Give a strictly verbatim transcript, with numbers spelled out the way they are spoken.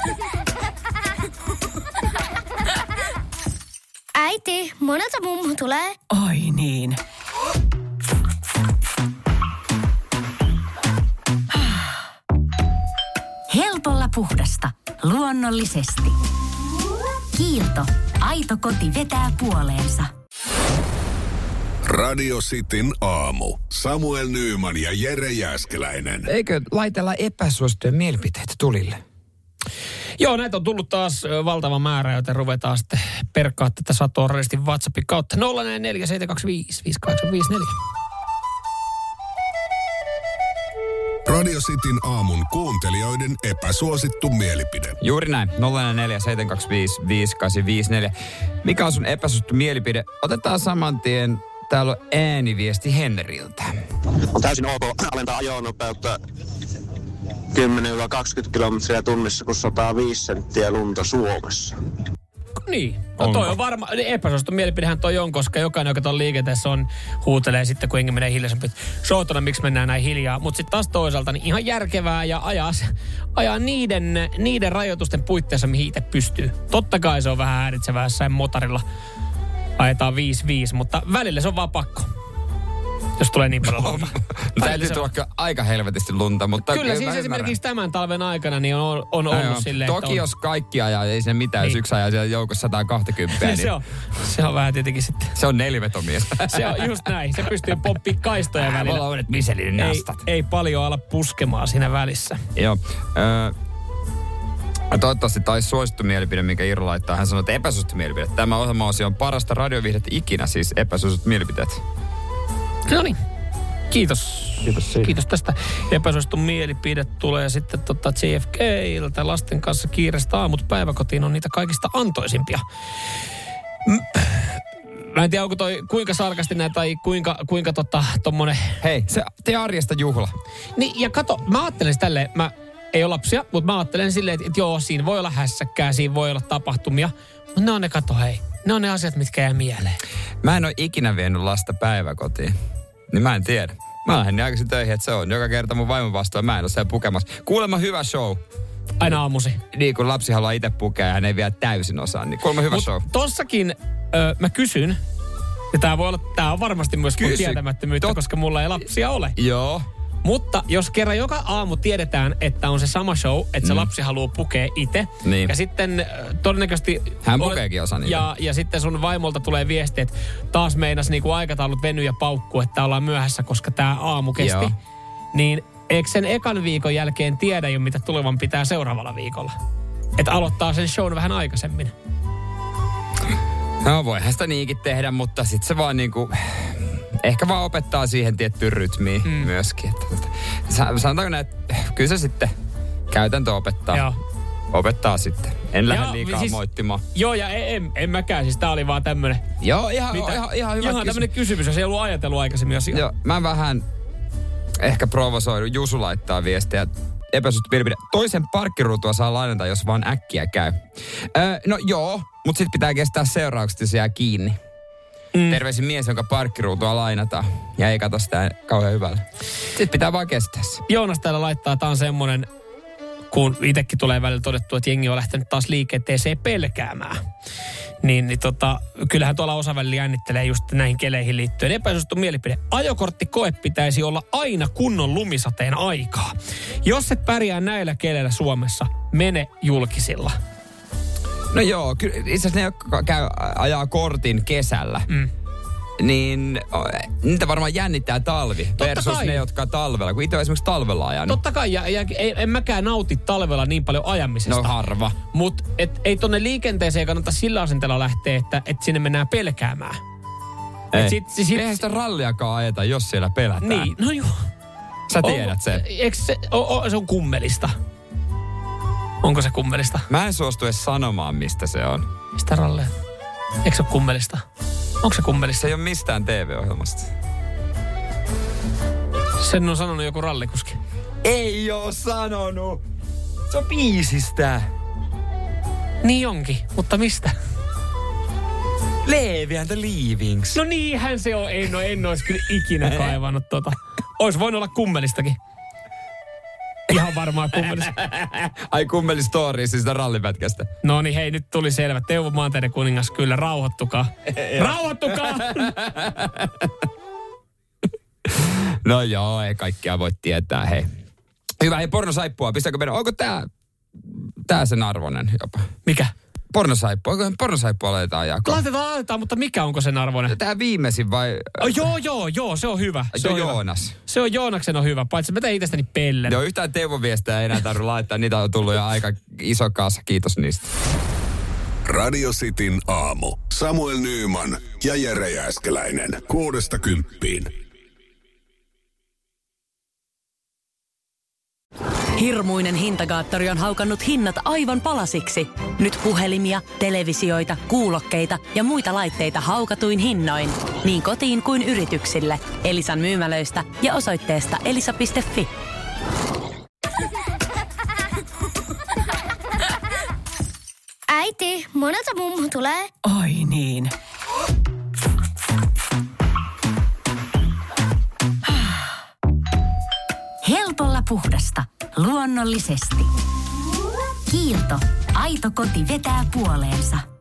Äiti, monelta mummu tulee. Oi niin. Helpolla puhdasta. Luonnollisesti. Kiilto. Aito koti vetää puoleensa. Radio Cityn aamu. Samuel Nyyman ja Jere Jääskeläinen. Eikö laitella epäsuosittuja mielipiteitä tulille? Joo, näitä on tullut taas valtava määrä, joten ruvetaan sitten perkkaa tätä satoa radistin WhatsAppin kautta. nolla neljä seitsemän kaksi viisi viisi kahdeksan viisi neljä. Radio Cityn aamun kuuntelijoiden epäsuosittu mielipide. Juuri näin. nolla neljä seitsemän kaksi viisi viisi kahdeksan viisi neljä. Mikä on sun epäsuosittu mielipide? Otetaan saman tien. Täällä on ääniviesti Henriltä. On täysin ok alentaa ajonopeutta kymmenen kaksikymmentä kilometriä tunnissa, kun sataa viisi senttiä lunta Suomessa. Niin. No toi on varma, epäsuosittu mielipidehän toi on, koska jokainen, joka tuon liikenteessä on, huutelee sitten, kun jengi menee hiljaisempi, että sootona, miksi mennään näin hiljaa. Mutta sitten taas toisaalta niin ihan järkevää ja ajaa, ajaa niiden, niiden rajoitusten puitteissa, mihin itse pystyy. Totta kai se on vähän häiritsevää, jossain motorilla ajetaan viisi viisi, mutta välillä se on vaan pakko. Jos tulee niin paljon lunta. Täytyy tulla aika helvetisti lunta, mutta... Kyllä, siis esimerkiksi tämän talven aikana niin on, on ollut no silleen, Toki on... jos kaikki ajaa, ei se mitään, niin. Jos yksi ajaa siellä joukossa sata kaksikymmentä. Niin se, on, se on vähän tietenkin sitten... Se on nelivetomies. Se on just näin. Se pystyy pomppimaan kaistoja välillä. Mulla on uudet Michelin nastat. Ei, ei paljon ala puskemaan siinä välissä. Joo. Öö, toivottavasti taisi suosittu mielipide, minkä Iiro laittaa. Hän sanoi, että epäsuosittu mielipide. Tämä ohjelma-osio on parasta radioviihdettä ikinä, siis epäsuosittu mielipiteet. No niin. Kiitos. Kiitos, siitä. Kiitos tästä. Epäsuosittu mielipide tulee sitten tota J F K:ltä. Lasten kanssa kiireistä aamut päiväkotiin on niitä kaikista antoisimpia. Mä en tiedä, onko toi kuinka sarkastinen tai kuinka, kuinka tota, tommonen... Hei, se tee arjesta juhla. Niin, ja kato, mä ajattelen tälleen, mä ei ole lapsia, mutta mä ajattelen silleen, että, että joo, siinä voi olla hässäkkää, siinä voi olla tapahtumia. Mutta ne on ne, kato hei, ne on ne asiat, mitkä jää mieleen. Mä en ole ikinä vienyt lasta päiväkotiin. Niin mä en tiedä. Mä lähden niin aikaisin töihin, että se on joka kerta mun vaimon vastaan. Mä en ole siellä pukemassa. Kuulemma hyvä show. Aina aamusi. Niin, kun lapsi haluaa itse pukea ja hän ei vielä täysin osaa. Niin kuulemma hyvä Mut show. Tossakin ö, mä kysyn, ja tää voi olla, tää on varmasti myös mun tietämättömyyttä, Tot... koska mulla ei lapsia ole. Joo. Mutta jos kerran joka aamu tiedetään, että on se sama show, että se mm. lapsi haluaa pukea itse. Niin. Ja sitten todennäköisesti... Hän pukeekin osa niitä. Ja, ja sitten sun vaimolta tulee viesti, että taas meinas niinku aikataulut venyä ja paukkuu, että ollaan myöhässä, koska tää aamu kesti. Joo. Niin eikö sen ekan viikon jälkeen tiedä jo, mitä tulevan pitää seuraavalla viikolla? Että aloittaa sen shown vähän aikaisemmin. No voihan sitä niinkin tehdä, mutta sit se vaan niinku... Ehkä vaan opettaa siihen tiettyyn rytmiin mm. myöskin. Että, sanotaanko näin, että kyllä se sitten käytäntö opettaa. Joo. Opettaa sitten. En lähde liikaa siis, moittimaan. Joo, ja en, en, en mäkään. Siis tää oli vaan tämmönen... Joo, ihan, mitä, ihan, ihan hyvä ihan tämmönen kysymys, jos ei ollut ajatellut aikaisemmin asiaa. Joo, mä vähän ehkä provosoidun. Jusu laittaa viestiä. Epäsuosittu mielipide. Toisen parkkiruutua saa lainata, jos vaan äkkiä käy. Öö, no joo, mutta sit pitää kestää seuraukset, jos jää kiinni. Mm. Terveisin mies, jonka parkkiruutua lainataan. Ja ei kato sitä kauhean hyvällä. Sitten pitää vaan kestää se. Joonas täällä laittaa, tää on semmonen, kun itsekin tulee välillä todettu, että jengi on lähtenyt taas liikenteeseen pelkäämään. Niin, niin tota, kyllähän tuolla osa välillä jännittelee just näihin keleihin liittyen. Epäsuosittu mielipide. Ajokorttikoe pitäisi olla aina kunnon lumisateen aikaa. Jos et pärjää näillä keleillä Suomessa, mene julkisilla. No joo, kyllä itse asiassa ne, jotka käy, ajaa kortin kesällä, mm. niin niitä varmaan jännittää talvi Totta versus kai. Ne, jotka talvella, kun itse on esimerkiksi talvella ajanut. Totta kai, ja, ja ei, en mäkään nauti talvella niin paljon ajamisesta. No harva. Mutta ei tonne liikenteeseen kannata sillä asenteella lähteä, että et sinne mennään pelkäämään. Ei. Sit, sit, Eihän sitä ralliakaan ajeta, jos siellä pelätään. Niin, no joo. Sä tiedät on, sen. Eikö se, o, o, se on kummelista. Onko se kummelista? Mä en suostu edes sanomaan, mistä se on. Mistä ralleja? Eikö se ole kummelista? Onko se kummelista? Se ei ole mistään T V-ohjelmasta. Sen on sanonut joku rallikuski. Ei oo sanonut! Se on biisistä. Niin onkin, mutta mistä? Leevi and the Leavings. No niinhän se on. Ei, no en ois kyllä ikinä kaivannut tota. Ois voinut olla kummelistakin. Ihan varmaan kummelis. Ai kummeli stories sitä rallipätkästä. No niin hei, nyt tuli selvä. Teuvo Maanteiden kuningas, kyllä rauhoittukaa. Rauhoittukaa! No joo, ei kaikkia voi tietää, hei. Hyvä, hei pornosaippua, pistääkö meidän, onko tää, tää sen arvoinen jopa? Mikä? Pornosaippua, onko pornosaippua laitetaan jakoon? Laitetaan, laitetaan, mutta mikä onko sen arvoinen? Tää viimeisin vai? Oh, joo, joo, joo, se on hyvä. Se, se on Joonas. Hyvä. Se on Joonaksen on hyvä, paitsi mä tein itsestäni pellen. Joo, yhtään Teuvon viestejä ei enää tarvitse laittaa, niitä on tullut jo aika iso kasa, kiitos niistä. Radio Cityn aamu. Samuel Nyyman ja Jere Jääskeläinen. Kuudesta kymppiin. Hirmuinen hintakaattori on haukannut hinnat aivan palasiksi. Nyt puhelimia, televisioita, kuulokkeita ja muita laitteita haukatuin hinnoin. Niin kotiin kuin yrityksille. Elisan myymälöistä ja osoitteesta elisa piste fi. Äiti, monelta mummu tulee? Oi niin. Helpolla puhdasta. Luonnollisesti. Kiilto. Aito koti vetää puoleensa.